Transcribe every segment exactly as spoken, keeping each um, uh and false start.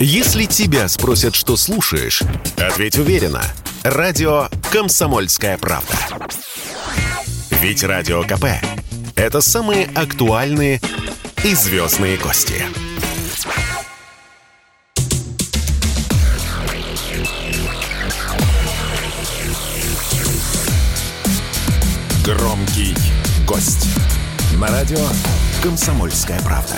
Если тебя спросят, что слушаешь, ответь уверенно. Радио «Комсомольская правда». Ведь Радио КП – это самые актуальные и звездные гости. Громкий гость. На радио «Комсомольская правда».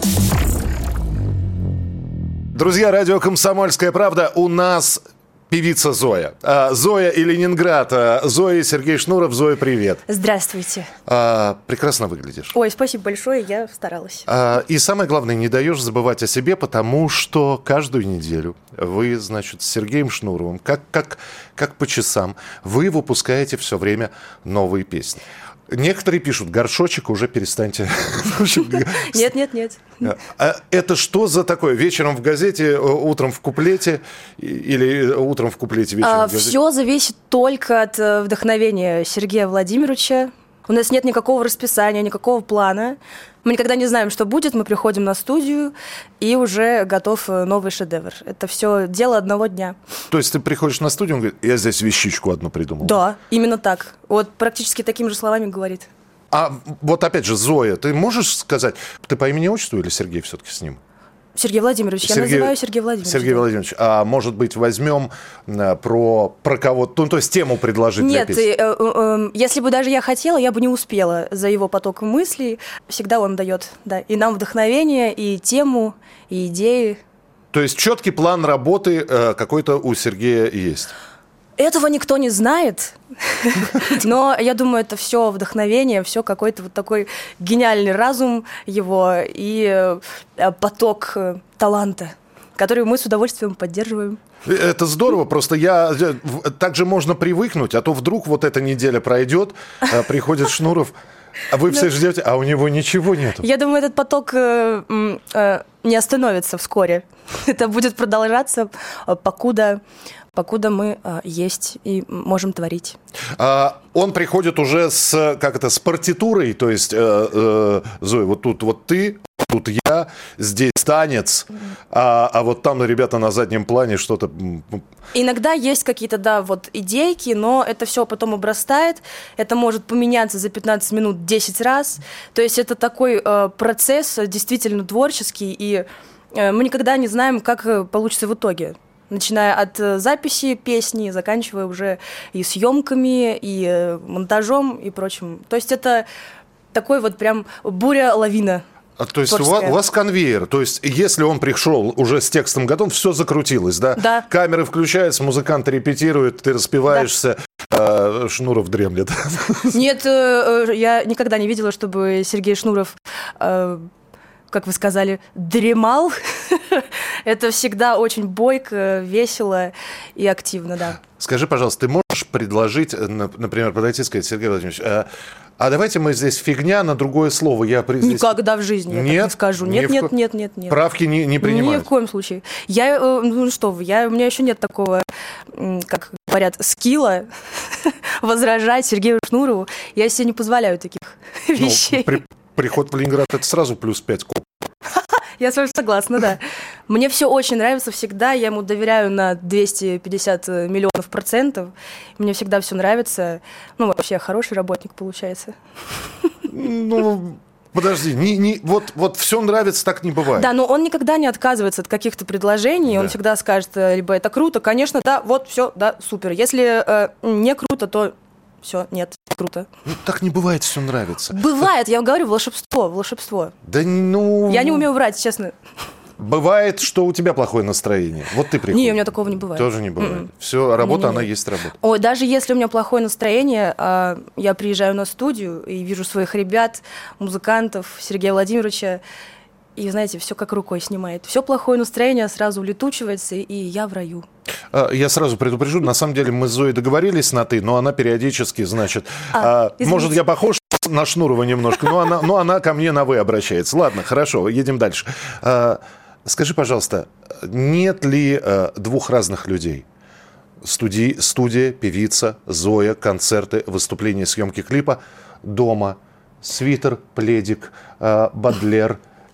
Друзья, радио «Комсомольская правда». У нас певица Зоя. А, Зоя и Ленинград. А, Зоя и Сергей Шнуров. Зоя, привет. Здравствуйте. А, прекрасно выглядишь. Ой, спасибо большое, я старалась. А, и самое главное, не даешь забывать о себе, потому что каждую неделю вы, значит, с Сергеем Шнуровым, как, как, как по часам, вы выпускаете все время новые песни. Некоторые пишут: горшочек, уже перестаньте. Нет, нет, нет. А это что за такое? Вечером в газете, утром в куплете или утром в куплете, вечером в газете? Все зависит только от вдохновения Сергея Владимировича. У нас нет никакого расписания, никакого плана. Мы никогда не знаем, что будет. Мы приходим на студию, и уже готов новый шедевр. Это все дело одного дня. То есть ты приходишь на студию, он говорит: я здесь вещичку одну придумал. Да, именно так. Вот практически такими же словами говорит. А вот опять же, Зоя, ты можешь сказать, ты по имени-отчеству или Сергей все-таки с ним? Сергей Владимирович, Сергей, я называю Сергей Владимирович. Сергей да. Владимирович, а может быть, возьмем про, про кого-то, ну, то есть тему предложить Нет, для песни? Нет, э, э, если бы даже я хотела, я бы не успела за его потоком мыслей. Всегда он дает, да, и нам вдохновение, и тему, и идеи. То есть четкий план работы э, какой-то у Сергея есть? Этого никто не знает, но я думаю, это все вдохновение, все какой-то вот такой гениальный разум его и поток таланта, который мы с удовольствием поддерживаем. Это здорово, просто я также можно привыкнуть, а то вдруг вот эта неделя пройдет, приходит Шнуров, а вы все ждете, а у него ничего нету. Я думаю, этот поток э, э, не остановится вскоре. Это будет продолжаться, покуда... покуда мы э, есть и можем творить. А, он приходит уже с, как это, с партитурой, то есть, э, э, Зоя, вот тут вот ты, тут я, здесь танец, а, а вот там ребята на заднем плане что-то... Иногда есть какие-то, да, вот идейки, но это все потом обрастает, это может поменяться за пятнадцать минут десять раз, то есть это такой э, процесс действительно творческий, и э, мы никогда не знаем, как получится в итоге. Начиная от записи песни, заканчивая уже и съемками, и монтажом, и прочим. То есть это такой вот прям буря-лавина. А, то есть у вас, у вас конвейер, то есть если он пришел уже с текстом готов, все закрутилось, да? Да. Камеры включаются, музыканты репетируют, ты распеваешься, да. э, Шнуров дремлет. Нет, э, я никогда не видела, чтобы Сергей Шнуров... Э, как вы сказали, дремал. Это всегда очень бойко, весело и активно, да. Скажи, пожалуйста, ты можешь предложить, например, подойти и сказать: Сергей Владимирович, а, а давайте мы здесь фигня на другое слово. Я здесь... Никогда в жизни я нет, так не скажу. Нет, ни нет, в... нет, нет, нет. Правки не, не принимают? Ни в коем случае. Я, ну что вы, я, у меня еще нет такого, как говорят, скилла возражать Сергею Шнурову. Я себе не позволяю таких ну, вещей. При... Приход в Ленинград – это сразу плюс пять коп. Я с вами согласна, да. Мне все очень нравится всегда, я ему доверяю на двести пятьдесят миллионов процентов. Мне всегда все нравится. Ну, вообще, хороший работник получается. Ну, подожди, не, не, вот, вот все нравится, так не бывает. Да, но он никогда не отказывается от каких-то предложений, да. Он всегда скажет, либо это круто, конечно, да, вот, все, да, супер. Если э, не круто, то... Все, нет, круто. Ну, так не бывает, все нравится. Бывает, я вам говорю, волшебство, волшебство. Да ну... Я не умею врать, честно. Бывает, что у тебя плохое настроение. Вот ты приходишь. Не, у меня такого не бывает. Тоже не бывает. Mm-mm. Все, работа, Не-не-не. Она есть работа. Ой, даже если у меня плохое настроение, я приезжаю на студию и вижу своих ребят, музыкантов, Сергея Владимировича, и, знаете, все как рукой снимает. Все плохое настроение сразу улетучивается, и я в раю. Я сразу предупрежу, на самом деле мы с Зоей договорились на «ты», но она периодически, значит... А, может, я похож на Шнурова немножко, но она, но она ко мне на «вы» обращается. Ладно, хорошо, едем дальше. А, скажи, пожалуйста, нет ли а, двух разных людей? Студи, студия, певица, Зоя, концерты, выступления, съемки клипа, дома, свитер, пледик, а, Бодлер,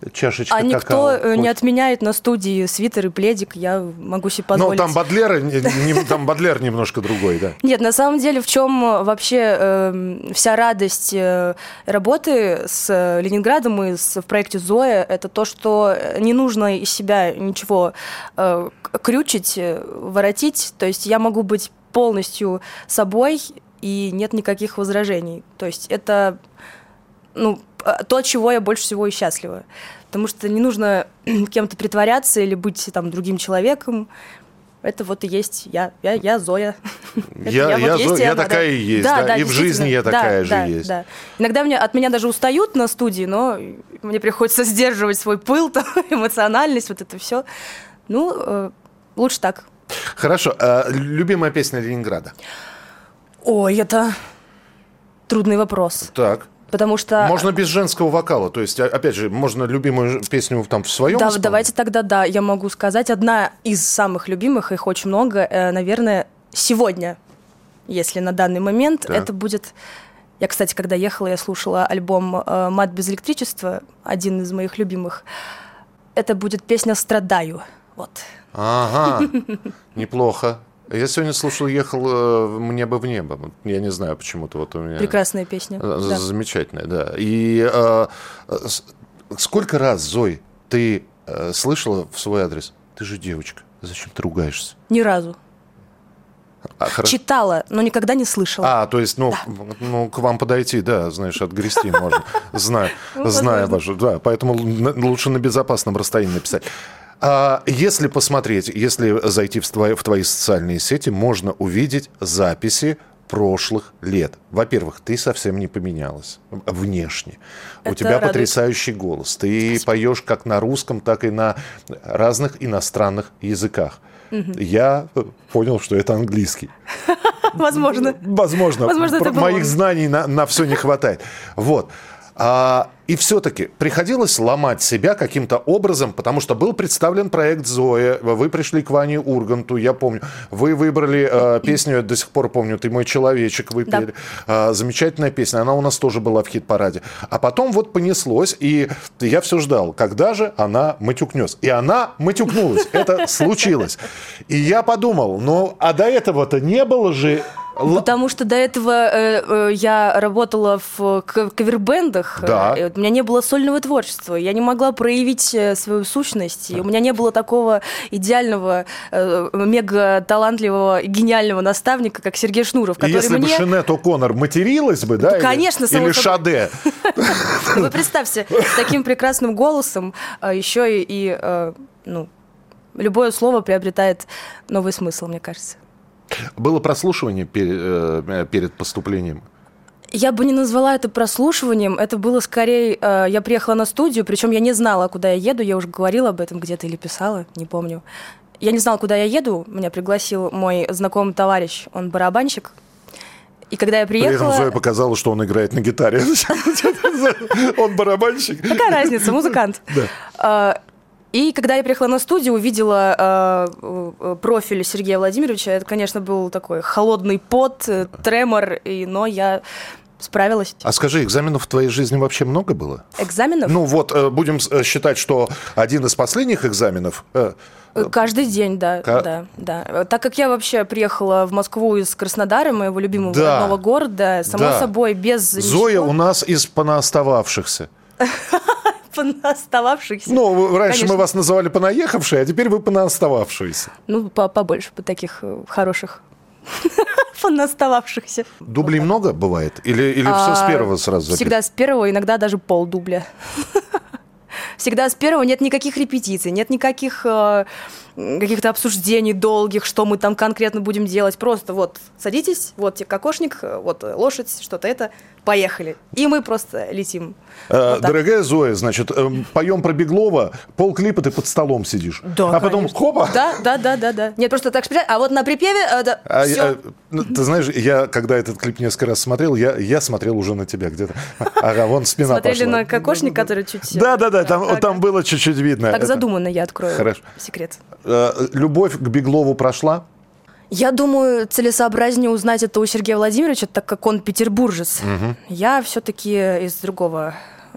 чашечка а какао. никто кофе. не отменяет на студии свитер и пледик, я могу себе позволить. Ну, там Бодлер, не, там Бодлер немножко другой, да. Нет, на самом деле, в чем вообще э, вся радость э, работы с Ленинградом и с, в проекте «Зоя», это то, что не нужно из себя ничего э, крючить, воротить, то есть я могу быть полностью собой, и нет никаких возражений. То есть это, ну, то, от чего я больше всего и счастлива. Потому что не нужно кем-то притворяться или быть там другим человеком. Это вот и есть я. Я, я Зоя. Я, я, я, вот Зо... я она, такая да. и есть, да, да, да, и в жизни я такая да, же да, есть. Да. Иногда мне, от меня даже устают на студии, но мне приходится сдерживать свой пыл, там, эмоциональность, вот это все. Ну, э, лучше так. Хорошо. А любимая песня Ленинграда? Ой, это трудный вопрос. Так. Потому что... Можно без женского вокала, то есть, опять же, можно любимую песню там в своем Да, исполнении? давайте тогда, да, я могу сказать. Одна из самых любимых, их очень много, наверное, сегодня, если на данный момент, да. Это будет... Я, кстати, когда ехала, я слушала альбом «Мат без электричества», один из моих любимых. Это будет песня «Страдаю». Вот. Ага, неплохо. Я сегодня слушал, ехал «Мне бы в небо». Я не знаю, почему-то вот у меня... Прекрасная песня. Да. Замечательная, да. И э, сколько раз, Зой, ты э, слышала в свой адрес: ты же девочка, зачем ты ругаешься? Ни разу. А, Читала, но никогда не слышала. А, то есть, ну, да. ну к вам подойти, да, знаешь, отгрести можно. Знаю, знаю вашу, да, поэтому лучше на безопасном расстоянии написать. А если посмотреть, если зайти в твои, в твои социальные сети, можно увидеть записи прошлых лет. Во-первых, ты совсем не поменялась внешне. Это у тебя радует. Потрясающий голос. Ты Спасибо. Поешь как на русском, так и на разных иностранных языках. Угу. Я понял, что это английский. Возможно. Возможно. Возможно, это моих знаний на, на все не хватает. Вот. А, и все-таки приходилось ломать себя каким-то образом, потому что был представлен проект «Зоя», вы пришли к Ване Урганту, я помню, вы выбрали э, песню, я до сих пор помню, «Ты мой человечек», вы пели, да. э, замечательная песня, она у нас тоже была в хит-параде. А потом вот понеслось, и я все ждал, когда же она матюкнется. И она матюкнулась, это случилось. И я подумал, ну, а до этого-то не было же... Потому что до этого э, э, я работала в кавербэндах, да. э, у меня не было сольного творчества, я не могла проявить свою сущность, и у меня не было такого идеального, э, мега-талантливого, гениального наставника, как Сергей Шнуров, который и если мне... бы Шанет О'Коннор материлась бы, да? Конечно, или, или Шаде. Вы представьте, с таким прекрасным голосом еще и, ну, любое слово приобретает новый смысл, мне кажется. Было прослушивание перед, перед поступлением? Я бы не назвала это прослушиванием, это было скорее... Э, я приехала на студию, причем я не знала, куда я еду, я уже говорила об этом где-то или писала, не помню. Я не знала, куда я еду, меня пригласил мой знакомый товарищ, он барабанщик. И когда я приехала... При этом Зоя показала, что он играет на гитаре. Он барабанщик. Какая разница, музыкант. И когда я приехала на студию, увидела э, профиль Сергея Владимировича, это, конечно, был такой холодный пот, тремор, и, но я справилась. А скажи, экзаменов в твоей жизни вообще много было? Экзаменов? Ну вот, э, будем считать, что один из последних экзаменов... Э, Каждый день, да, К... да, да. Так как я вообще приехала в Москву из Краснодара, моего любимого да. родного города, само да. собой, без Зоя ничего... у нас из поноостававшихся. Поноостававшихся. Ну, раньше Конечно. Мы вас называли понаехавшие, а теперь вы поноостававшиеся. Ну, побольше, по таких хороших поноостававшихся. Дублей много бывает? Или, или а, все с первого сразу записано? Всегда с первого, иногда даже полдубля. Всегда с первого, нет никаких репетиций, нет никаких э, каких-то обсуждений долгих, что мы там конкретно будем делать. Просто вот садитесь, вот тебе кокошник, вот лошадь, что-то это, поехали. И мы просто летим. Э, вот дорогая Зоя, значит, э, поем про Беглова, полклипа ты под столом сидишь. Да, а потом конечно. хопа. Да, да, да, да, да. Нет, просто так спрятать, а вот на припеве, э, да, а все. Я, ну, ты знаешь, я, когда этот клип несколько раз смотрел, я, я смотрел уже на тебя где-то. Ага, вон спина Смотрели пошла. Смотрели на кокошник, который чуть... Да, да, да, там, так, там было чуть-чуть видно. Так это... задумано, я открою Хорошо. Секрет. Любовь к Беглову прошла? Я думаю, целесообразнее узнать это у Сергея Владимировича, так как он петербуржец. Угу. Я все-таки из другого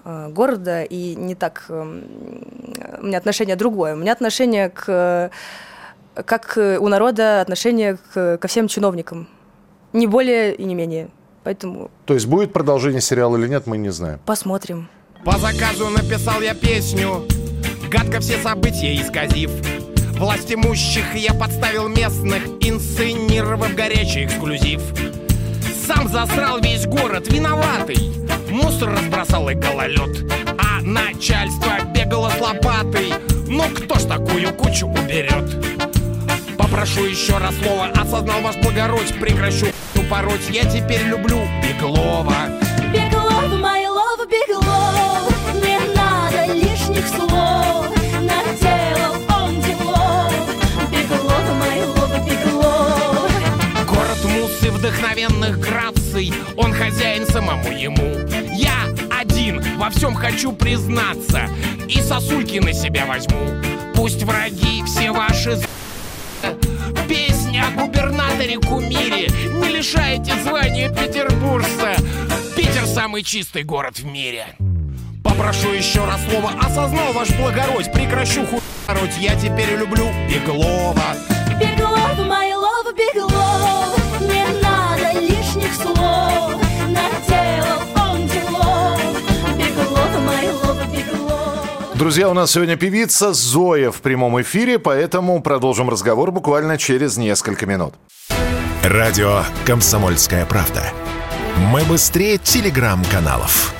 э, города, и не так... Э, у меня отношение другое. У меня отношение к... Как у народа отношение к, ко всем чиновникам. Не более и не менее. Поэтому... То есть будет продолжение сериала или нет, мы не знаем. Посмотрим. По заказу написал я песню, гадко все события исказив. Власть имущих я подставил местных, инсценировав горячий эксклюзив. Сам засрал весь город, виноватый. Мусор разбросал и гололед, а начальство бегало с лопатой. Ну кто ж такую кучу уберет? Попрошу еще раз слово, осознал ваш благородь. Прекращу пороть, я теперь люблю Беглова. Беглов, my love, Беглов. Не надо лишних слов, наделал он делов. Беглов, my love, Беглов. Город мусс и вдохновенных граций, он хозяин самому ему. Я один во всем хочу признаться и сосульки на себя возьму. Пусть враги все ваши з***. Песня о губернаторе-кумире, не лишайте звания петербуржца. Питер самый чистый город в мире. Попрошу еще раз слово, осознал ваш благородь. Прекращу хуй пороть, я теперь люблю Беглова. Беглов, my love, Беглов. Не надо лишних слов, наделал он делов. Беглов, my love, Беглов. Друзья, у нас сегодня певица Зоя в прямом эфире, поэтому продолжим разговор буквально через несколько минут. Радио «Комсомольская правда». Мы быстрее телеграм-каналов.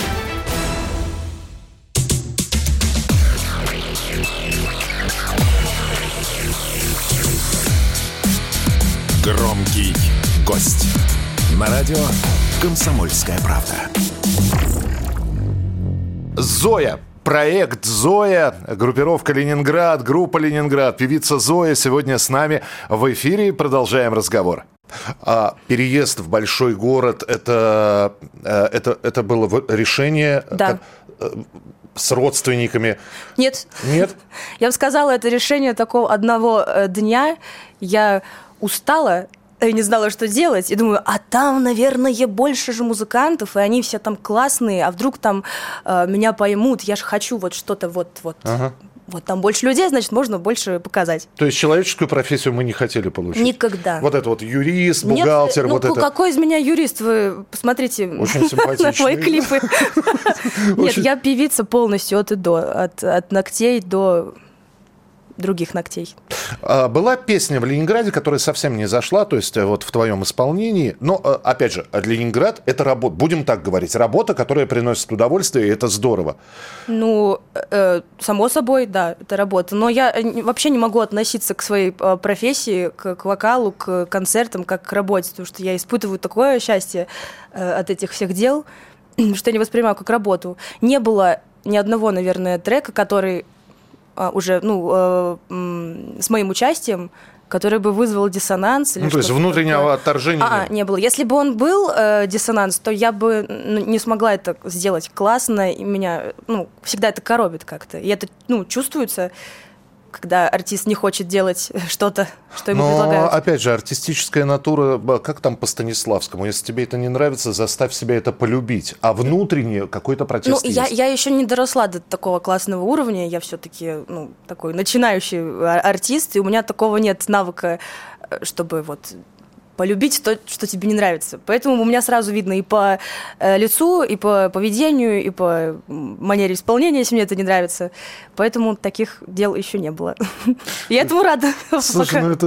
Громкий гость. На радио «Комсомольская правда». Зоя. Проект «Зоя», группировка «Ленинград», группа «Ленинград», певица Зоя сегодня с нами в эфире. Продолжаем разговор. А переезд в большой город, это, это, это было решение Да. как, с родственниками? Нет. Нет? Я бы сказала, это решение такого одного дня. Я устала, и не знала, что делать, и думаю, а там, наверное, больше же музыкантов, и они все там классные, а вдруг там э, меня поймут, я же хочу вот что-то вот-вот. Ага. Вот там больше людей, значит, можно больше показать. То есть человеческую профессию мы не хотели получить? Никогда. Вот это вот юрист, бухгалтер, Нет, вот ну, это... какой из меня юрист? Вы посмотрите на мои клипы. Нет, я певица полностью от и до, от, от ногтей до других ногтей. Была песня в Ленинграде, которая совсем не зашла, то есть вот в твоем исполнении. Но, опять же, Ленинград — это работа, будем так говорить, работа, которая приносит удовольствие, и это здорово. Ну, э, само собой, да, это работа. Но я вообще не могу относиться к своей профессии, к, к вокалу, к концертам, как к работе, потому что я испытываю такое счастье э, от этих всех дел, что я не воспринимаю как работу. Не было ни одного, наверное, трека, который... уже, ну, э, э, с моим участием, который бы вызвал диссонанс. Или ну, то есть внутреннего такое. Отторжения а, нет? не было. Если бы он был, э, диссонанс, то я бы ну, не смогла это сделать классно, и меня, ну, всегда это коробит как-то. И это, ну, чувствуется, когда артист не хочет делать что-то, что ему Но, предлагают. опять же, артистическая натура, как там по Станиславскому, если тебе это не нравится, заставь себя это полюбить. А внутренне какой-то протест ну, есть. Я, я еще не доросла до такого классного уровня, я все-таки ну, такой начинающий артист, и у меня такого нет навыка, чтобы вот... полюбить то, что тебе не нравится. Поэтому у меня сразу видно и по э, лицу, и по поведению, и по манере исполнения, если мне это не нравится. Поэтому таких дел еще не было. Я этому рада. Слушай, ну это,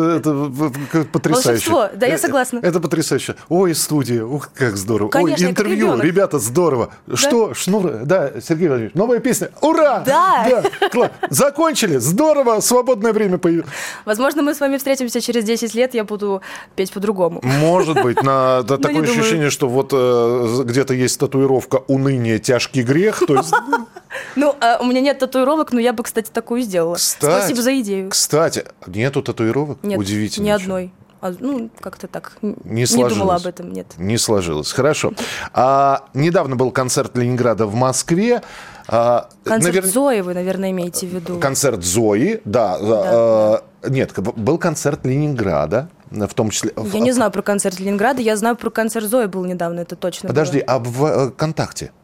это потрясающе. Волшебство, да, я согласна. Это, это потрясающе. Ой, студия, ух, как здорово. Конечно, ой, интервью, ребята, здорово. Да? Что, Шнур, да, Сергей Владимирович, новая песня. Ура! Да! да. Закончили, здорово, свободное время появилось. Возможно, мы с вами встретимся через десять лет, я буду петь по-другому. Может быть, на да, такое ощущение, что вот э, где-то есть татуировка «Уныние, тяжкий грех». То есть... Ну, э, у меня нет татуировок, но я бы, кстати, такую сделала. Кстати, Спасибо за идею. Кстати, нету татуировок? Нет, удивительно. Ни одной. А, ну, как-то так. Не, не думала об этом, нет. Не сложилось. Хорошо. А, недавно был концерт Ленинграда в Москве. А, концерт навер... Зои вы, наверное, имеете в виду. Концерт Зои, да. да, а, да. Нет, был концерт Ленинграда. В том числе... Я не знаю про концерт Ленинграда, я знаю про концерт Зои был недавно, это точно. Подожди, было. а в ВКонтакте?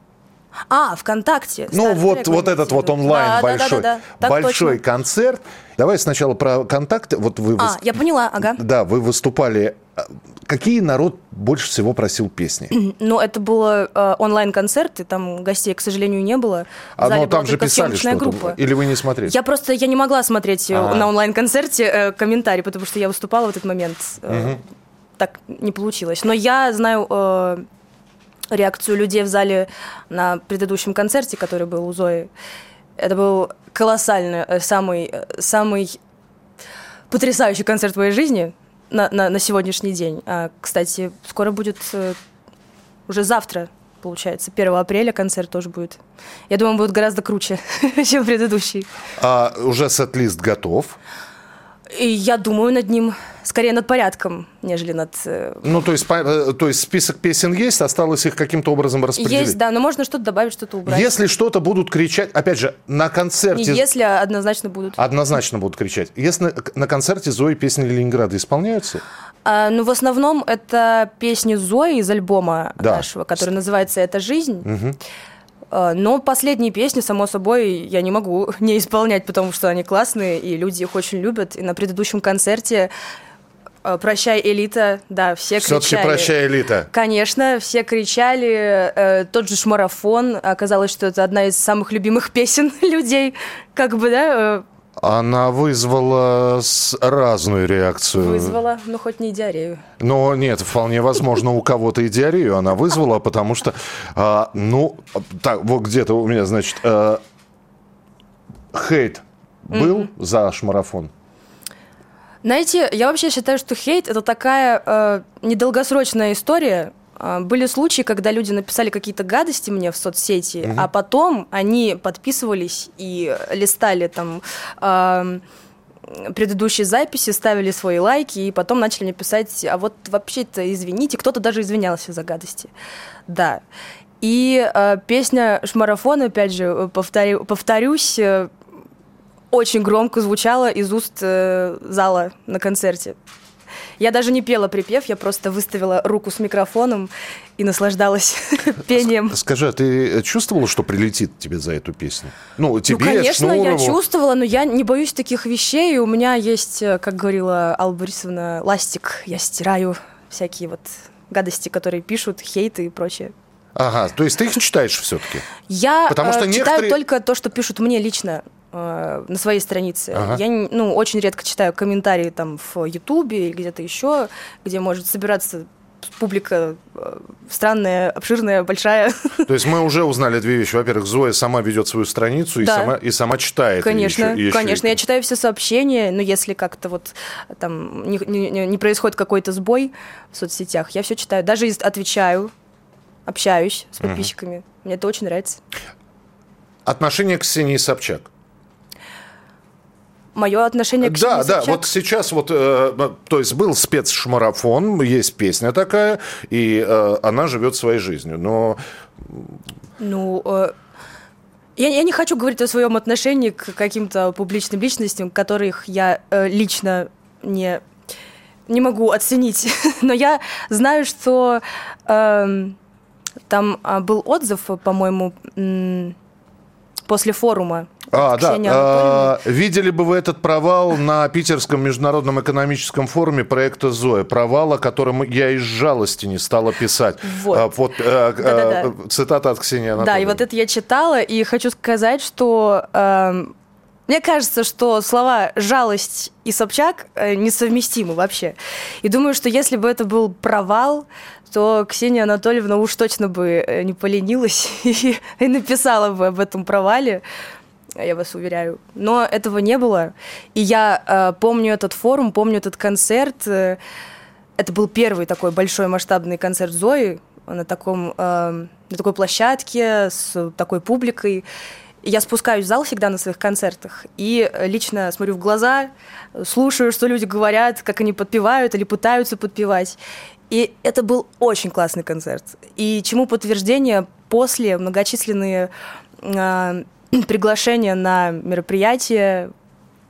А, ВКонтакте. Ну, вот, вот этот вот онлайн да, большой, да, да, да, да. большой концерт. Давай сначала про контакты. Вот вы, а, я поняла, ага. Да, вы выступали. Какие народ больше всего просил песни? Ну, это было э, онлайн-концерт, и там гостей, к сожалению, не было. В а, зале но там была же писали что-то. Группа. Или вы не смотрели? Я просто я не могла смотреть А-а-а. на онлайн-концерте э, комментарии, потому что я выступала в этот момент. Э, угу. Так не получилось. Но я знаю э, реакцию людей в зале на предыдущем концерте, который был у Зои. Это был колоссальный, э, самый, э, самый потрясающий концерт в моей жизни. На, на, на сегодняшний день. А, кстати, скоро будет, э, уже завтра, получается, первого апреля концерт тоже будет. Я думаю, он будет гораздо круче, чем предыдущий. А уже сет-лист готов? И я думаю над ним, скорее над порядком, нежели над... Э... Ну, то есть, по, то есть список песен есть, осталось их каким-то образом распределить? Есть, да, но можно что-то добавить, что-то убрать. Если что-то будут кричать, опять же, на концерте... Не если, а однозначно будут. Однозначно будут кричать. Если на, на концерте Зои песни Ленинграда исполняются? А, ну, в основном это песни Зои из альбома да. нашего, который называется «Это жизнь». Угу. Но последние песни, само собой, я не могу не исполнять, потому что они классные, и люди их очень любят. И на предыдущем концерте «Прощай, элита», да, все кричали. Все-таки «Прощай, элита». Конечно, все кричали. Тот же «Шмарафон». Оказалось, что это одна из самых любимых песен людей. Как бы, да... Она вызвала разную реакцию. Вызвала, ну хоть не диарею. Но нет, вполне возможно, у кого-то и диарею она вызвала, потому что, а, ну, так, вот где-то у меня, значит, а, хейт был mm-hmm. за «Шмарафон»? Знаете, я вообще считаю, что хейт – это такая э, недолгосрочная история. Были случаи, когда люди написали какие-то гадости мне в соцсети, угу. а потом они подписывались и листали там э, предыдущие записи, ставили свои лайки, и потом начали мне писать, а вот вообще-то извините, кто-то даже извинялся за гадости. Да. И э, песня «Шмарафон», опять же, повторю, повторюсь, э, очень громко звучала из уст э, зала на концерте. Я даже не пела припев, я просто выставила руку с микрофоном и наслаждалась пением. Скажи, а ты чувствовала, что прилетит тебе за эту песню? Ну, тебе, ну конечно, Шнурову. Я чувствовала, но я не боюсь таких вещей. У меня есть, как говорила Алла Борисовна, ластик. Я стираю всякие вот гадости, которые пишут, хейты и прочее. Ага, то есть ты их читаешь все-таки? Я Потому что э, некоторые... читаю только то, что пишут мне лично. На своей странице. Ага. Я ну, очень редко читаю комментарии там в Ютубе или где-то еще, где может собираться публика странная, обширная, большая. То есть мы уже узнали две вещи. Во-первых, Зоя сама ведет свою страницу и, да. сама, и сама читает. Конечно, еще, конечно. еще... Я читаю все сообщения, но если как-то вот там не, не, не происходит какой-то сбой в соцсетях, я все читаю. Даже отвечаю, общаюсь с подписчиками. Угу. Мне это очень нравится. Отношение к Ксении Собчак. Мое отношение к Ксении Да, Собчак. да, вот сейчас вот, э, то есть был спецшмарафон, есть песня такая, и э, она живет своей жизнью, но... Ну, э, я, я не хочу говорить о своем отношении к каким-то публичным личностям, которых я э, лично не, не могу оценить, но я знаю, что э, там э, был отзыв, по-моему, э, после форума. А, да. А, видели бы вы этот провал на Питерском международном экономическом форуме проекта «Зоя»? Провал, о котором я из жалости не стала писать. Вот. А, вот а, а, цитата от Ксении Анатольевны. Да, и вот это я читала, и хочу сказать, что... Э, мне кажется, что слова «жалость» и «Собчак» несовместимы вообще. И думаю, что если бы это был провал, то Ксения Анатольевна уж точно бы не поленилась и, и написала бы об этом провале, я вас уверяю. Но этого не было. И я э, помню этот форум, помню этот концерт. Это был первый такой большой масштабный концерт Зои на, таком, э, на такой площадке с такой публикой. Я спускаюсь в зал всегда на своих концертах и лично смотрю в глаза, слушаю, что люди говорят, как они подпевают или пытаются подпевать. И это был очень классный концерт. И чему подтверждение после многочисленные э, приглашения на мероприятия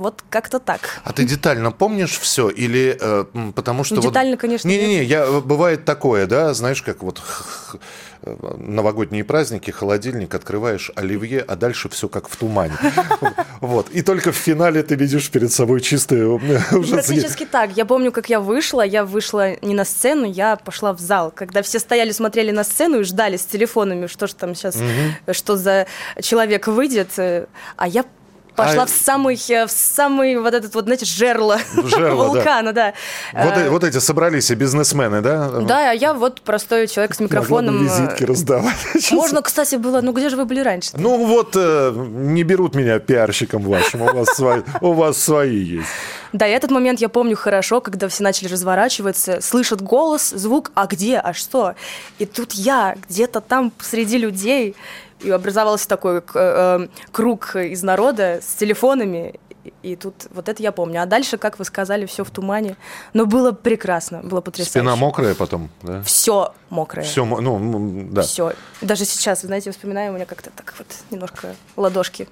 Вот как-то так. А ты детально помнишь все? Или э, потому что... Ну, детально, вот... конечно, Не-не-не, я, бывает такое, да, знаешь, как вот новогодние праздники, холодильник, открываешь оливье, а дальше все как в тумане. Вот. И только в финале ты видишь перед собой чистые... Практически так. Я помню, как я вышла. Я вышла не на сцену, я пошла в зал. Когда все стояли, смотрели на сцену и ждали с телефонами, что же там сейчас, что за человек выйдет. А я пошла а... в самый, в самый вот этот вот, знаете, жерло, жерло вулкана, да. да. Вот, а... вот эти собрались и бизнесмены, да? Да, а я вот простой человек с микрофоном. Могла бы визитки раздавать. Можно, кстати, было, ну где же вы были раньше? Ну вот, э, не берут меня пиарщиком вашим, у вас свои, у вас свои есть. Да, и этот момент я помню хорошо, когда все начали разворачиваться, слышат голос, звук, а где, а что? И тут я где-то там среди людей, и образовался такой э, э, круг из народа с телефонами, и, и тут вот это я помню. А дальше, как вы сказали, все в тумане. Но было прекрасно, было потрясающе. Спина мокрая потом, да? Все мокрое. Все, ну, да. Все. Даже сейчас, вы знаете, вспоминаю, у меня как-то так вот немножко ладошки.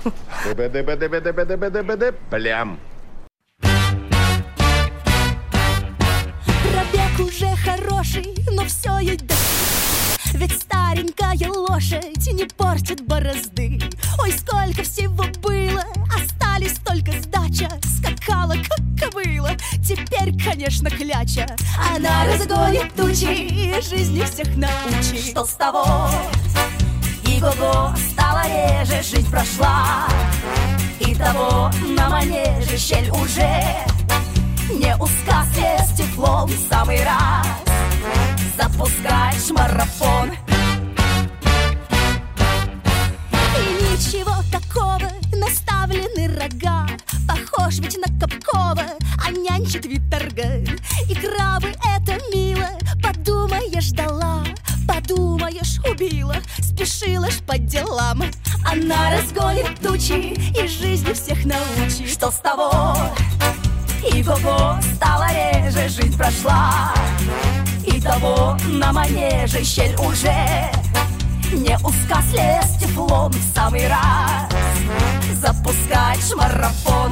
Плям. Пробег уже хороший, но все ей до... Ведь старенькая лошадь не портит борозды. Ой, сколько всего было, остались только сдача. Скакала, как кобыла, теперь, конечно, кляча. Она разгонит тучи и жизни всех научит. Что с того? И-го-го, стала реже, жизнь прошла. И того на манеже щель уже не узка, с теплом в самый раз запускаешь марафон. И ничего такого, наставлены рога. Похож ведь на Капкова, а нянчит вид торга. И крабы это мило, подумаешь, дала, подумаешь, убила, спешила ж по делам. Она разгонит тучи и жизни всех научит. Что с того? И-го-го, стала реже, жизнь прошла. И того на манеже щель уже не узка, слез теплом в самый раз запускаешь марафон.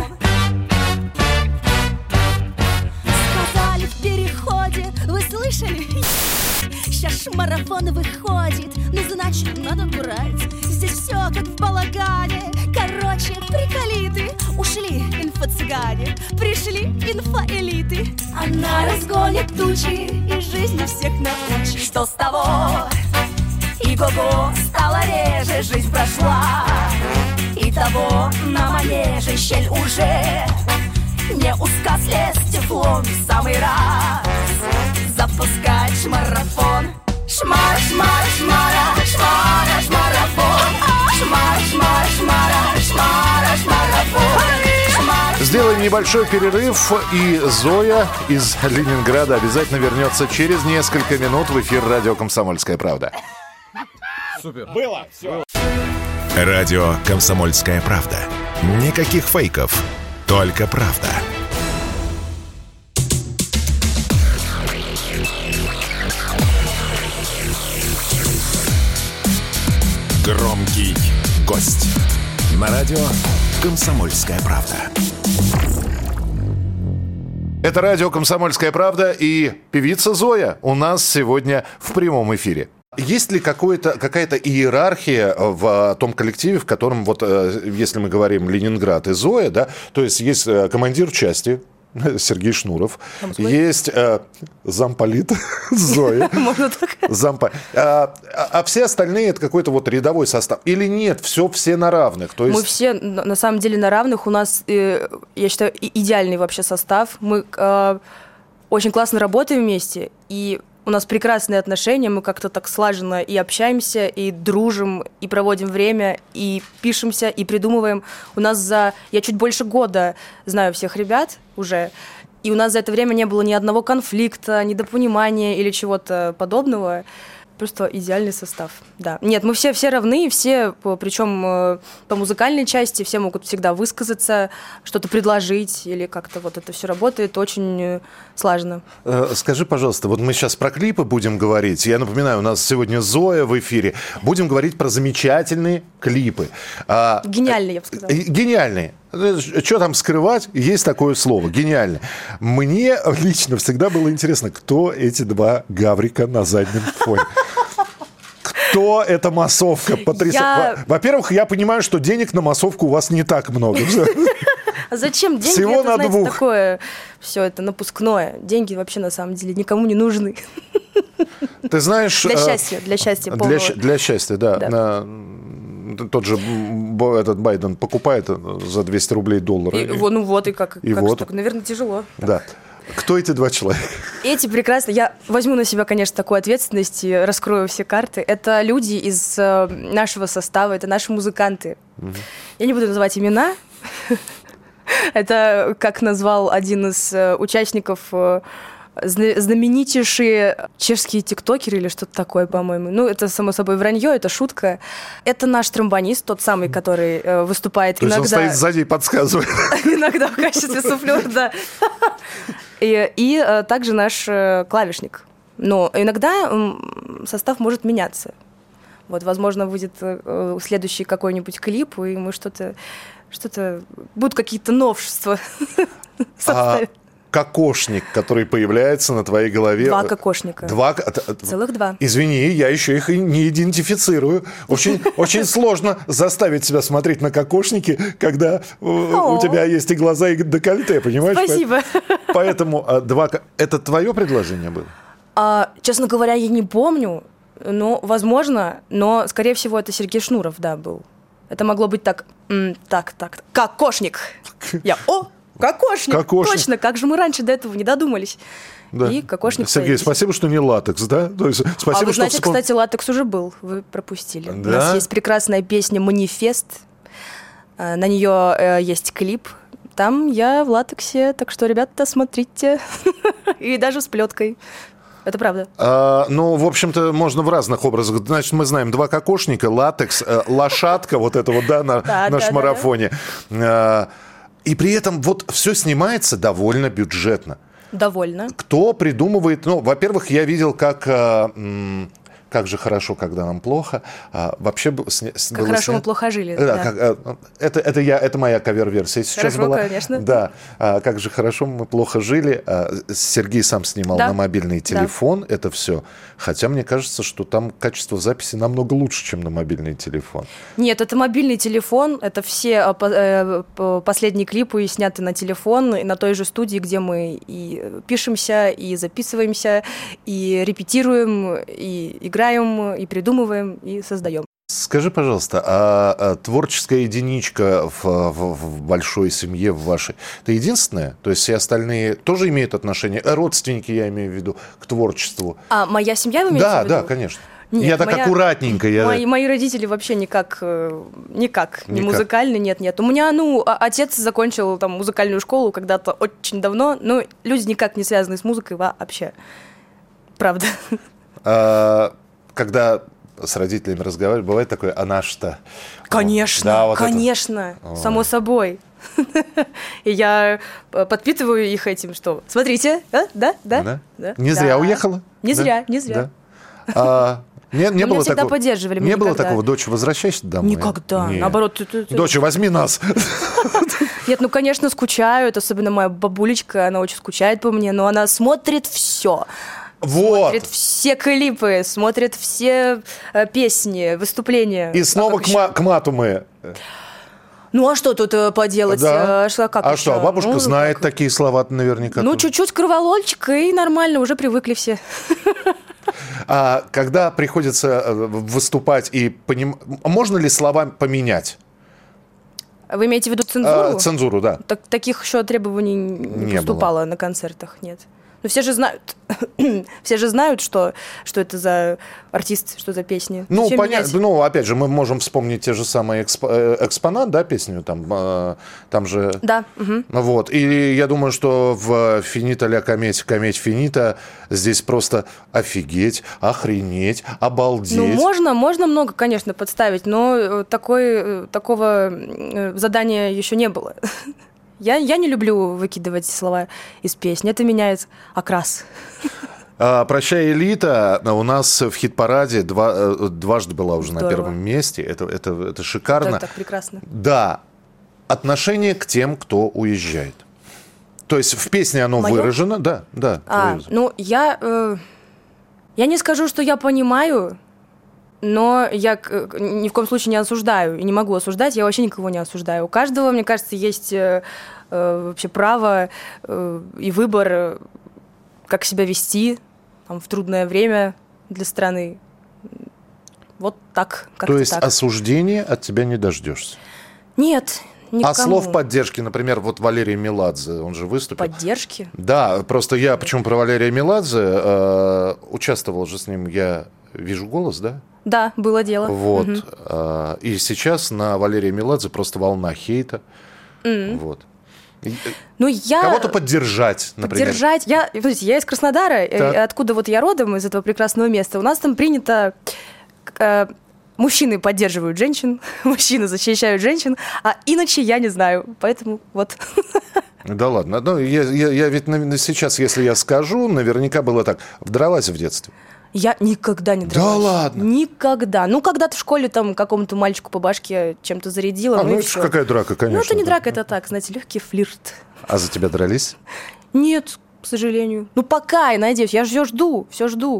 Сказали в переходе, вы слышали? Сейчас марафон выходит, ну значит надо брать. Здесь все как в балагане. Короче, приколиты. Ушли инфо-цыгане, пришли инфо-элиты. Она разгонит тучи и жизни всех научит. Что с того? И-го-го, стала реже, жизнь прошла. И того на манеже щель уже не узка, слез теплом в самый раз запускать марафон. Шмара, шмара, шмара, шмара, шмарафон. Шмара, шмара, шмара, шмара, шмарафон. Сделаем небольшой перерыв, и Зоя из Ленинграда обязательно вернется через несколько минут в эфир радио «Комсомольская правда». Супер. Было. Все. Радио «Комсомольская правда». Никаких фейков, только правда. Громкий гость. На радио «Комсомольская правда». Это радио «Комсомольская правда» и певица Зоя у нас сегодня в прямом эфире. Есть ли какое-то, какая-то иерархия в том коллективе, в котором, вот, если мы говорим Ленинград и Зоя, да, то есть есть командир части Сергей Шнуров, есть э, замполит Зоя, замполит, а, а все остальные это какой-то вот рядовой состав. Или нет, все, все на равных? То есть... Мы все на самом деле на равных. У нас, э, я считаю, идеальный вообще состав. Мы э, очень классно работаем вместе, и у нас прекрасные отношения, мы как-то так слаженно и общаемся, и дружим, и проводим время, и пишемся, и придумываем. У нас за... Я чуть больше года знаю всех ребят уже, и у нас за это время не было ни одного конфликта, недопонимания или чего-то подобного. Просто идеальный состав, да. Нет, мы все, все равны, все, причем по музыкальной части, все могут всегда высказаться, что-то предложить, или как-то вот это все работает очень слаженно. Скажи, пожалуйста, вот мы сейчас про клипы будем говорить. Я напоминаю, у нас сегодня Зоя в эфире. Будем говорить про замечательные клипы. Гениальные, я бы сказала. Гениальные. что там скрывать, есть такое слово, гениально. Мне лично всегда было интересно, кто эти два гаврика на заднем фоне. Кто эта массовка? Потрясающе. Я... Во-первых, я понимаю, что денег на массовку у вас не так много. А зачем деньги? Всего это, на знаете, двух. Такое все это напускное. Деньги вообще на самом деле никому не нужны. Ты знаешь... Для счастья, для счастья полного. Для, для счастья, да. да. На, тот же этот Байден покупает за двести рублей доллара. И, и, ну вот, и как, и как вот. так, наверное, тяжело. Да. Кто эти два человека? Эти прекрасно. Я возьму на себя, конечно, такую ответственность и раскрою все карты. Это люди из э, нашего состава, это наши музыканты. Угу. Я не буду называть имена. Это, как назвал один из э, участников, э, знаменитейшие чешские тиктокеры или что-то такое, по-моему. Ну, это, само собой, вранье, это шутка. Это наш тромбонист, тот самый, который э, выступает То иногда... есть он стоит сзади и подсказывает. Иногда в качестве суфлера, да. И, и а, также наш э, клавишник. Но иногда э, состав может меняться. Вот, возможно, выйдет э, следующий какой-нибудь клип, и мы что-то... что-то будут какие-то новшества в составе. Кокошник, который появляется на твоей голове. Два кокошника. Два. Целых два. Извини, я еще их и не идентифицирую. Очень, очень сложно заставить себя смотреть на кокошники, когда у тебя есть и глаза, и декольте, понимаешь? Спасибо. Поэтому два... Это твое предложение было? А, честно говоря, я не помню. Ну, возможно, но, скорее всего, это Сергей Шнуров, да, был. Это могло быть так. М, так, так. Кокошник. Я, о! Кокошник. Кокошник, точно, как же мы раньше до этого не додумались. Да. И кокошник Сергей, появился. Спасибо, что не латекс, да? То есть, спасибо, а вы знаете, что... кстати, латекс уже был, вы пропустили. Да? У нас есть прекрасная песня «Манифест», на нее есть клип, там я в латексе, так что, ребята, смотрите, и даже с плеткой. Это правда. А, ну, в общем-то, можно в разных образах. Значит, мы знаем два кокошника, латекс, лошадка, вот это вот, да, на нашем марафоне. И при этом вот все снимается довольно бюджетно. Довольно. Кто придумывает... Ну, во-первых, я видел, как... М- как же хорошо, когда нам плохо. А, вообще сня- как хорошо снят... мы плохо жили. Да, да. Как, это, это, я, это моя кавер-версия сейчас хорошо, была. Конечно. Да, а, как же хорошо мы плохо жили. А, Сергей сам снимал да. на мобильный телефон да. это все. Хотя мне кажется, что там качество записи намного лучше, чем на мобильный телефон. Нет, это мобильный телефон. Это все последние клипы сняты на телефон, на той же студии, где мы и пишемся, и записываемся, и репетируем, и играем, и придумываем, и создаем. Скажи, пожалуйста, а, а творческая единичка в, в, в большой семье в вашей, это единственная? То есть все остальные тоже имеют отношение, родственники, я имею в виду, к творчеству? А моя семья, вы имеете в виду? Да, да, конечно. Нет, я так моя, аккуратненько. Я... Мои, мои родители вообще никак, никак, не музыкальные, нет, нет. У меня, ну, отец закончил там музыкальную школу когда-то очень давно, но люди никак не связаны с музыкой вообще. Правда. А, когда с родителями разговариваешь, бывает такое, а наш-то? Конечно, да, вот конечно, это. само собой. И я подпитываю их этим, что смотрите, да, да, да. да? да не да. зря уехала? Не да? зря, не зря. Да. А, не, не было всегда такого, поддерживали. Не было такого, дочь, возвращайся домой? Никогда, Нет. наоборот. Ты, ты, ты... Дочь, возьми нас. Нет, ну, конечно, скучают, особенно моя бабулечка, она очень скучает по мне, но она смотрит все. Вот. Смотрит все клипы, смотрит все э, песни, выступления. И снова а к, ма- к мату мы. Ну, а что тут э, поделать? Да. А, что, как а еще? что, бабушка ну, знает как? такие слова наверняка. Ну, тоже. чуть-чуть кроволольчик, и нормально, уже привыкли все. А когда приходится выступать, и поним... можно ли слова поменять? Вы имеете в виду цензуру? А, цензуру, да. Так, таких еще требований не, не поступало было. На концертах, нет. Но все же знают, все же знают, что, что это за артист, что за песни. Ну, понятно. Ну, опять же, мы можем вспомнить те же самые экспо- экспонат, да, песню, там, э, там же... Да. Угу. Вот. И я думаю, что в «Финита ля кометь, кометь финита» здесь просто офигеть, охренеть, обалдеть. Ну, можно, можно много, конечно, подставить, но такой, такого задания еще не было. Я, я не люблю выкидывать слова из песни. Это меняет окрас. А, «Прощай, элита» у нас в хит-параде два, дважды была уже Здорово. На первом месте. Это, это, это шикарно. Так, так прекрасно. Да. отношение к тем, кто уезжает. То есть в песне оно Моё? выражено, да, да. А, ну, я, э, я не скажу, что я понимаю, но я э, ни в коем случае не осуждаю и не могу осуждать, я вообще никого не осуждаю. У каждого, мне кажется, есть э, э, вообще право э, и выбор, э, как себя вести там, в трудное время для страны. Вот так, как-то То есть так. осуждения от тебя не дождешься? Нет, никому. А слов поддержки, например, вот Валерий Меладзе, он же выступил. Поддержки? Да, просто я, почему про Валерия Меладзе, э, участвовал же с ним, я вижу голос, да? Да, было дело. Вот. Угу. Э, и сейчас на Валерия Меладзе просто волна хейта. Mm. Вот. Ну, я... Кого-то поддержать, например. Поддержать. Я, подождите, я из Краснодара, так. Откуда вот я родом, из этого прекрасного места. У нас там принято... Э, мужчины поддерживают женщин, мужчины защищают женщин, а иначе я не знаю. Поэтому вот... Да ладно. Ну, я, я, я ведь сейчас, если я скажу, наверняка было так. Дралась в детстве? Я никогда не дралась. Да ладно? Никогда. Ну, когда-то в школе там какому-то мальчику по башке чем-то зарядила. А, ну, ну это же какая драка, конечно. Ну, это не да. драка, это так, знаете, легкий флирт. А за тебя дрались? Нет, к сожалению. Ну, пока, я надеюсь. Я все жду, все жду.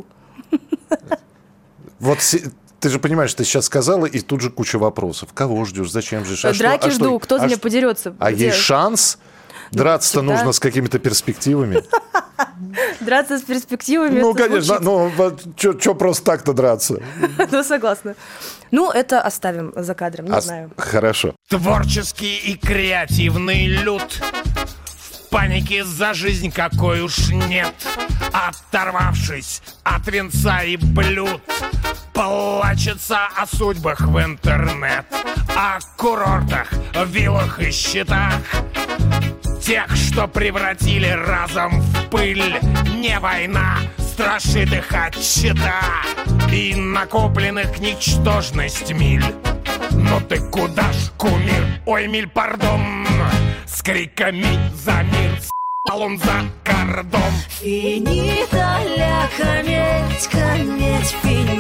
Вот ты же понимаешь, ты сейчас сказала, и тут же куча вопросов. Кого ждешь, зачем ждешь? А Драки что, жду, а кто а за меня что? подерется. А Где? есть шанс? Драться-то всегда. нужно с какими-то перспективами. Драться с перспективами. Ну, конечно, ну, что просто так-то драться? Ну, согласна. Ну, это оставим за кадром, не знаю. Хорошо. Творческий и креативный люд. В панике за жизнь какой уж нет. Оторвавшись от венца и блюд, плачется о судьбах в интернет, о курортах, виллах и счетах. Тех, что превратили разом в пыль. Не война страшит их от щита и накопленных ничтожность миль. Но ты куда ж, кумир? Ой, миль, пардон. С криками за мир с***л он за кордон. Финита ля кометь, кометь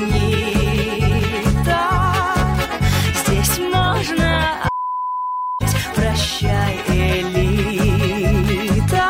финита. Здесь можно прощай, элита.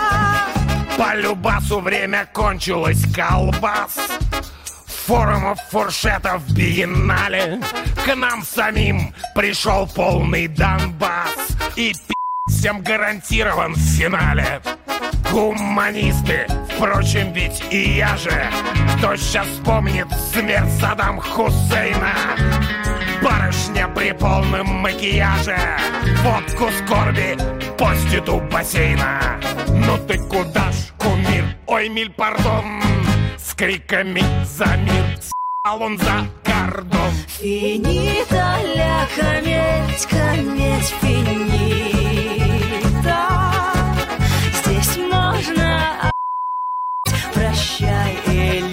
По любасу время кончилось, колбас. Форумов, фуршетов, биеннале. К нам самим пришел полный Донбасс. И пи*** всем гарантирован в финале. Гуманисты, впрочем, ведь и я же. Кто сейчас вспомнит смерть Саддама Хусейна? Барышня при полном макияже водку скорби постит у бассейна. Ну ты куда ж, кумир? Ой, миль, пардон. С криками за мир с***л он за кордон. Финита ля кометь, кометь финита. Здесь можно прощай,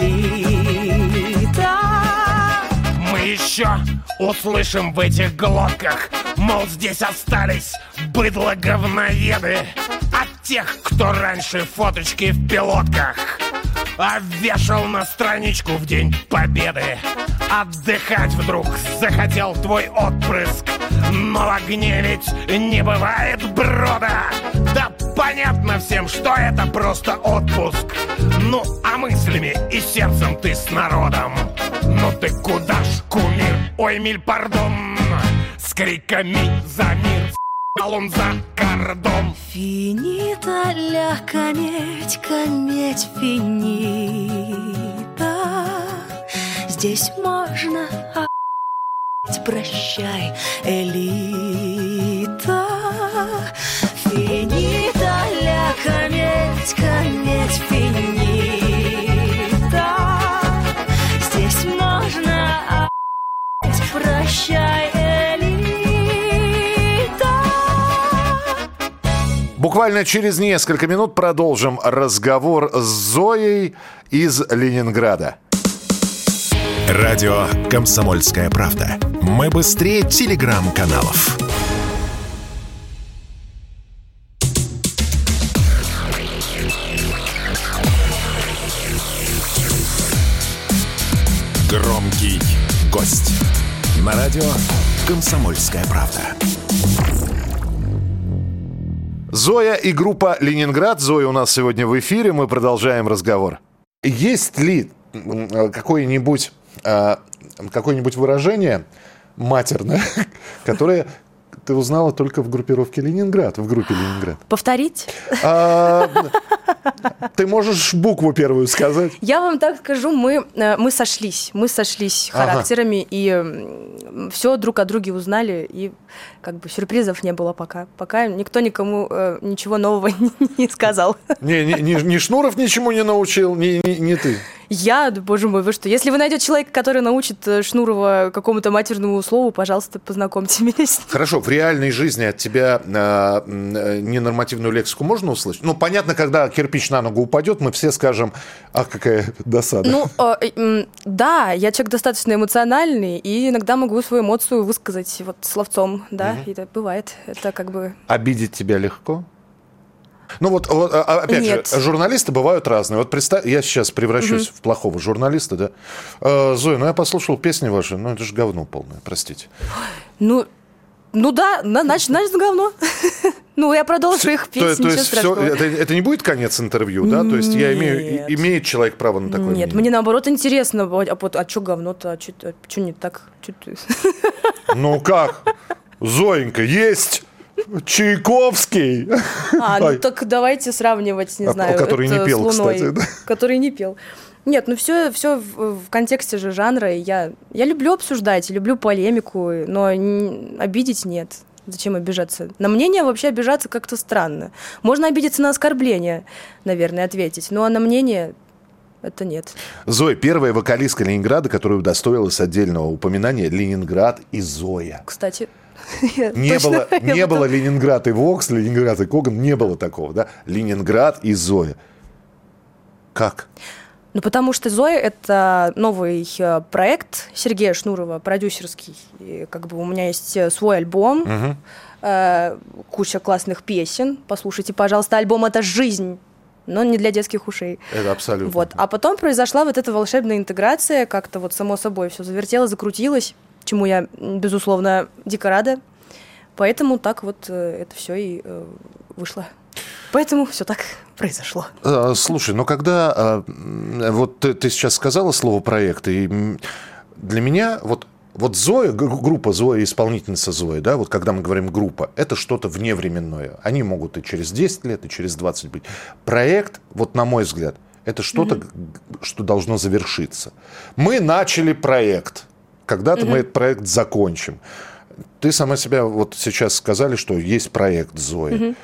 элита. Мы еще услышим в этих глотках, мол, здесь остались быдло-говноеды от тех, кто раньше фоточки в пилотках обвешал на страничку в День Победы. Отдыхать вдруг захотел твой отпрыск, но в огне ведь не бывает брода. Да понятно всем, что это просто отпуск. Ну, а мыслями и сердцем ты с народом. Ну ты куда ж, кумир? Ой, миль, пардон. С криками за мир с***л он за кордон. Финита ля кометь, кометь финита. Здесь можно а***ть, прощай, элита. Финита ля кометь, кометь финита. Здесь можно а***ть, прощай, элита. Буквально через несколько минут продолжим разговор с Зоей из Ленинграда. Радио «Комсомольская правда». Мы быстрее телеграм-каналов. Громкий гость. На радио «Комсомольская правда». Зоя и группа «Ленинград». Зоя у нас сегодня в эфире. Мы продолжаем разговор. Есть ли какое-нибудь, какое-нибудь выражение матерное, которое ты узнала только в группировке «Ленинград», в группе «Ленинград»? Повторить? А, ты можешь букву первую сказать? Я вам так скажу, мы, мы сошлись. Мы сошлись характерами, ага. и все друг о друге узнали, и как бы сюрпризов не было пока. Пока никто никому э, ничего нового не сказал. Не, не, не, не Шнуров ничему не научил, не, не, не ты. Я, да, боже мой, вы что? Если вы найдете человека, который научит Шнурова какому-то матерному слову, пожалуйста, познакомьте меня с ним. Хорошо, в реальной жизни от тебя э, ненормативную лексику можно услышать? Ну, понятно, когда кирпич на ногу упадет, мы все скажем, ах, какая досада. Ну, э, э, да, я человек достаточно эмоциональный, и иногда могу свою эмоцию высказать вот словцом, да, mm-hmm. и это бывает. Это как бы... Обидеть тебя легко? Ну вот, вот опять Нет. же, журналисты бывают разные. Вот представь, я сейчас превращусь угу. в плохого журналиста, да. Э, Зоя, ну я послушал песни ваши, ну это же говно полное, простите. Ну, ну да, значит, значит говно. Ну, я продолжу их песни. То, то есть все, это, это не будет конец интервью, да? То есть я имею, имеет человек право на такое Нет, мнение? мне наоборот интересно, а, а, а что говно-то, а что не так? Чё... Ну как? Зоенька, есть... Чайковский. А, ну Ай. так давайте сравнивать, не знаю, который это не пел, с Луной, кстати, да? Который не пел. Нет, ну все, все в, в контексте же жанра. Я, я люблю обсуждать, люблю полемику, но не, обидеть нет. Зачем обижаться? На мнение вообще обижаться как-то странно. Можно обидеться на оскорбление, наверное, ответить, но на мнение... Это нет. Зоя, первая вокалистка Ленинграда, которая удостоилась отдельного упоминания, Ленинград и Зоя. Кстати... Не было, не было Ленинград и Вокс, Ленинград и Коган, не было такого, да? Ленинград и Зоя. Как? Ну, потому что Зоя — это новый проект Сергея Шнурова, продюсерский. И, как бы у меня есть свой альбом, угу. э, куча классных песен. Послушайте, пожалуйста, альбом «Это жизнь», но не для детских ушей. Это абсолютно. Вот. А потом произошла вот эта волшебная интеграция, как-то вот само собой все завертело, закрутилось, чему я, безусловно, дико рада. Поэтому так вот э, это все и э, вышло. Поэтому все так произошло. Слушай, ну когда вот ты, ты сейчас сказала слово «проект», и для меня вот, вот Зоя, группа Зоя, исполнительница Зоя, да, вот когда мы говорим группа, это что-то вневременное. Они могут и через десять лет, и через двадцать быть. Проект, вот на мой взгляд, это что-то, mm-hmm. что должно завершиться. Мы начали проект. Когда-то mm-hmm. мы этот проект закончим. Ты сама себя вот сейчас сказали, что есть проект Зои. Mm-hmm.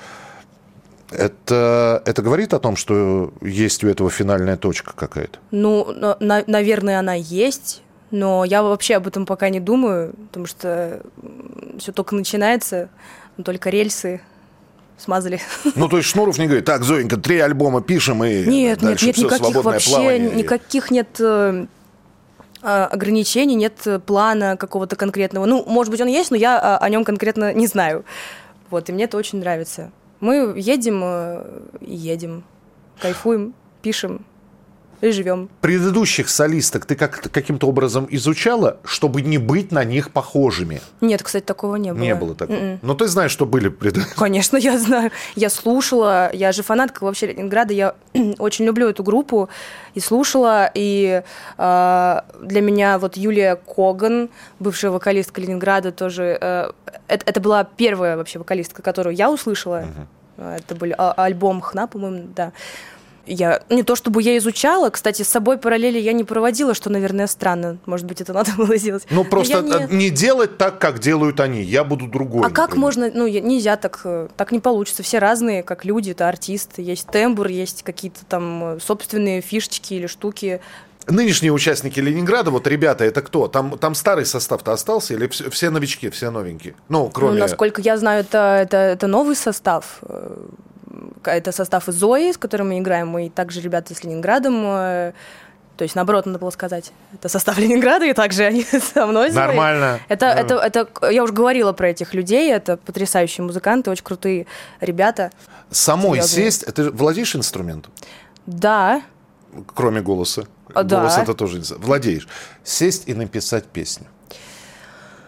Это, это говорит о том, что есть у этого финальная точка какая-то? Ну, на, наверное, она есть, но я вообще об этом пока не думаю, потому что все только начинается, только рельсы смазали. Ну, то есть Шнуров не говорит, так, Зоенька, три альбома пишем, и нет, дальше нет, все нет, никаких свободное вообще, плавание. Никаких нет ограничений, нет плана какого-то конкретного. Ну, может быть, он есть, но я о нем конкретно не знаю. Вот, и мне это очень нравится. Мы едем и едем, кайфуем, пишем и живем. Предыдущих солисток ты как- каким-то образом изучала, чтобы не быть на них похожими? Нет, кстати, такого не было. Не было такого? Mm-mm. Но ты знаешь, что были предыдущие? Конечно, я знаю. Я слушала, я же фанатка вообще Ленинграда, я очень люблю эту группу и слушала, и э, для меня вот Юлия Коган, бывшая вокалистка Ленинграда, тоже, э, это, это была первая вообще вокалистка, которую я услышала. Uh-huh. Это был а- альбом «Хна», по-моему, да. Я не то чтобы я изучала, кстати, с собой параллели я не проводила, что, наверное, странно. Может быть, это надо было сделать. Ну, просто не... не делать так, как делают они. Я буду другой. А например. как можно? Ну, нельзя так. Так не получится. Все разные, как люди, это артисты. Есть тембр, есть какие-то там собственные фишечки или штуки. Нынешние участники Ленинграда, вот ребята, это кто? Там, там старый состав-то остался или все, все новички, все новенькие? Ну, кроме... Ну, насколько я знаю, это, это, это новый состав. Это состав из Зои, с которым мы играем, и также ребята с Ленинградом. То есть, наоборот, надо было сказать. Это состав Ленинграда, и также они со мной. Нормально. Это, да. это, это, я уже говорила про этих людей, это потрясающие музыканты, очень крутые ребята. Самой серьезные. сесть, ты владеешь инструментом? Да. Кроме голоса. А, Голос да. это тоже владеешь. Сесть и написать песню.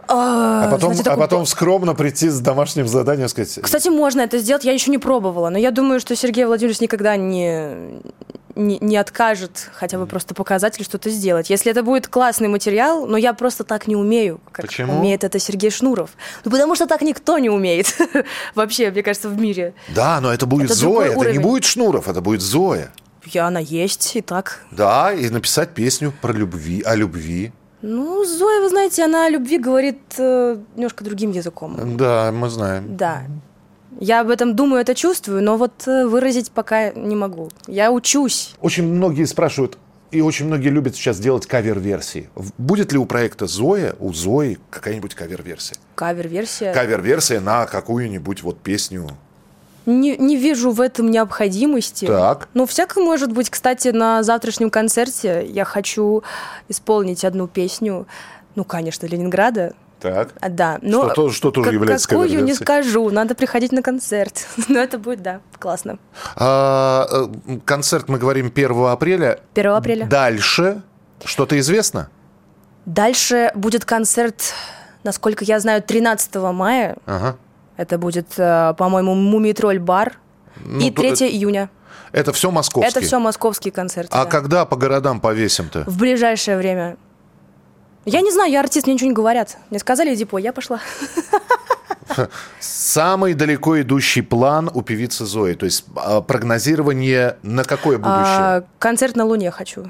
А, а, потом, знаете, а такой... потом скромно прийти с домашним заданием и сказать... Кстати, можно это сделать, я еще не пробовала, но я думаю, что Сергей Владимирович никогда не, не, не откажет хотя бы просто показатель что-то сделать. Если это будет классный материал, но я просто так не умею, как Почему? умеет это Сергей Шнуров. Ну, потому что так никто не умеет вообще, мне кажется, в мире. Да, но это будет Это Зоя, это уровень. не будет Шнуров, это будет Зоя. Я, она есть и так. Да, и написать песню про любви, о любви. Ну, Зоя, вы знаете, она о любви говорит э, немножко другим языком. Да, мы знаем. Да. Я об этом думаю, это чувствую, но вот э, выразить пока не могу. Я учусь. Очень многие спрашивают, и очень многие любят сейчас делать кавер-версии. В- Будет ли у проекта Зоя, у Зои какая-нибудь кавер-версия? Кавер-версия. Кавер-версия на какую-нибудь вот песню. Не, не вижу в этом необходимости. Так. Ну, всякое может быть. Кстати, на завтрашнем концерте я хочу исполнить одну песню, ну, конечно, Ленинграда. Так. А, да, но Что тоже- что тоже как- является какую не кавер-версией? скажу, надо приходить на концерт. Но это будет, да, классно. А, э, концерт мы говорим первого апреля. первого апреля. Дальше что-то известно? Дальше будет концерт, насколько я знаю, тринадцатого мая. Ага. Это будет, э, по-моему, Мумий-тролль-бар. Ну, И то- третьего июня. Это все московские. Это все московские концерты. А да. когда по городам повесим-то? В ближайшее время. Я не знаю, я артист, мне ничего не говорят. Мне сказали, иди пой, я пошла. Самый далеко идущий план у певицы Зои. То есть а, прогнозирование на какое будущее? А, концерт на Луне хочу.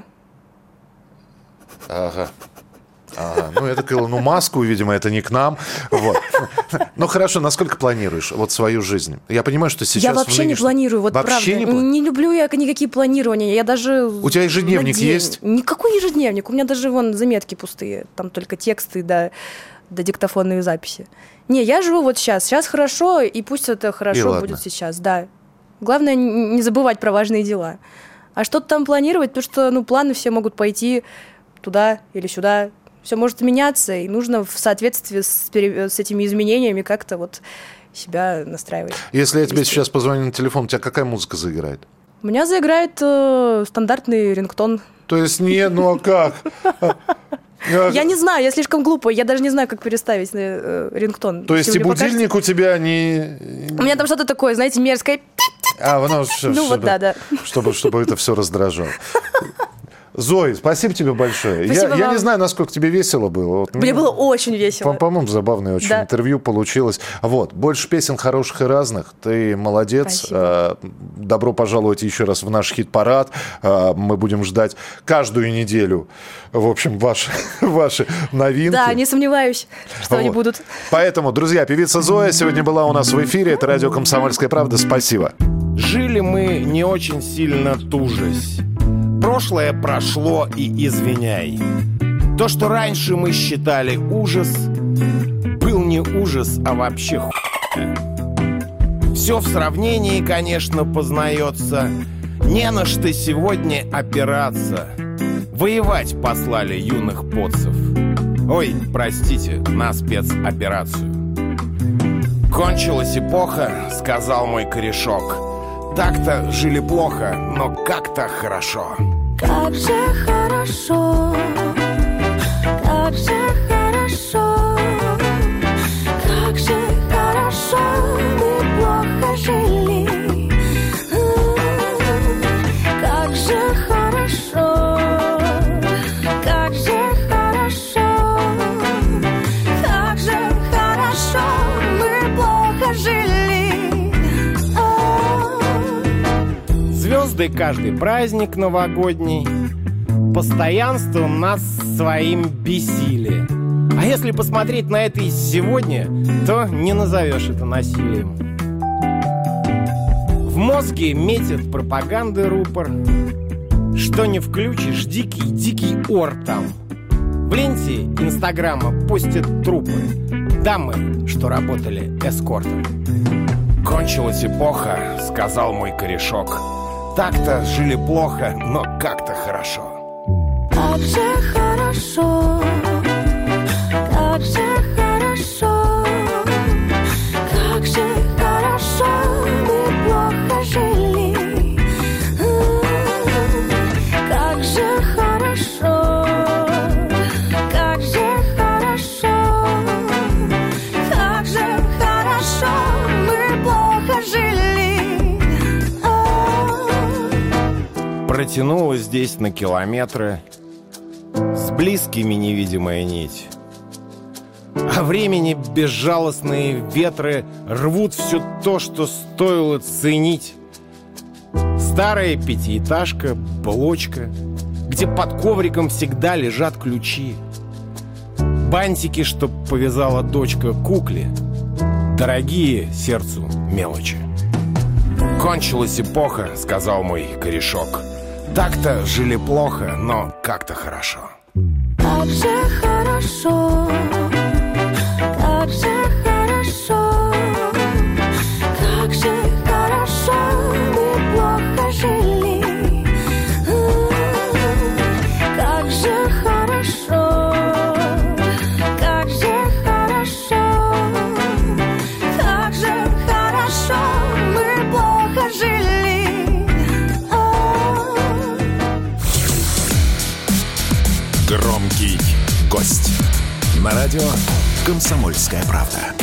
Ага. Ага. Ну, я так говорил, ну, маску, видимо, это не к нам. Вот. Ну, хорошо, насколько планируешь вот свою жизнь? Я понимаю, что сейчас... Я в вообще не нынешнем- планирую, вот вообще правда. не плани- Не люблю я никакие планирования. Я даже... У тебя ежедневник на день- есть? Никакой ежедневник. У меня даже вон заметки пустые. Там только тексты да, да диктофонные записи. Не, я живу вот сейчас. Сейчас хорошо, и пусть это И хорошо ладно. будет сейчас, да. Главное н- не забывать про важные дела. А что-то там планировать, потому что ну, планы все могут пойти туда или сюда. Все может меняться, и нужно в соответствии с, пере- с этими изменениями как-то вот себя настраивать. Если я тебе Вести. сейчас позвоню на телефон, у тебя какая музыка заиграет? У меня заиграет э, стандартный рингтон. То есть не, ну а как? Я не знаю, я слишком глупая, я даже не знаю, как переставить э, рингтон. То есть Если и вы мне покажете- будильник у тебя не... У меня там что-то такое, знаете, мерзкое. А, ну, ш- Ну вот чтобы, да, да. Чтобы, чтобы это все раздражало. Зоя, спасибо тебе большое. Я, Спасибо я не вам. знаю, насколько тебе весело было. Вот Мне было очень весело. По- По-моему, забавное очень Да. интервью получилось. Вот, больше песен хороших и разных. Ты молодец. Спасибо. Э, Добро пожаловать еще раз в наш хит-парад. Э, Мы будем ждать каждую неделю, в общем, ваши, ваши новинки. Да, не сомневаюсь, что они Вот. будут. Поэтому, друзья, певица Зоя сегодня была у нас в эфире. Это радио «Комсомольская правда». Спасибо. Жили мы не очень сильно тужась. Прошлое прошло и извиняй. То, что раньше мы считали ужас, был не ужас, а вообще хуйня. Все в сравнении, конечно, познается. Не на что сегодня опираться. Воевать послали юных поцев. Ой, простите, на спецоперацию. Кончилась эпоха, сказал мой корешок. Так-то жили плохо, но как-то хорошо. Как же хорошо, как же хорошо, как же хорошо мы плохо жили. Как же хорошо, как же хорошо, как же хорошо мы плохо жили. Звезды каждый праздник новогодний, постоянство нас своим бесили. А если посмотреть на это и сегодня, то не назовешь это насилием. В мозге метит пропаганды рупор. Что не включишь, дикий-дикий ор там. В ленте инстаграма постят трупы дамы, что работали эскортом. Кончилась эпоха, сказал мой корешок. Так-то жили плохо, но как-то хорошо. Как же хорошо, как же хорошо, как же хорошо мы плохо жили. Как же хорошо, как же хорошо, протянулась здесь на километры, с близкими невидимая нить. А времени безжалостные ветры рвут все то, что стоило ценить. Старая пятиэтажка, блочка, где под ковриком всегда лежат ключи. Бантики, что повязала дочка кукле, дорогие сердцу мелочи. «Кончилась эпоха», — сказал мой корешок. «Так-то жили плохо, но как-то хорошо». Как же хорошо, как же хорошо, как же хорошо мы плохо жили. Как же хорошо, как же хорошо, как же хорошо мы плохо жили. Громкий гость. На радио «Комсомольская правда».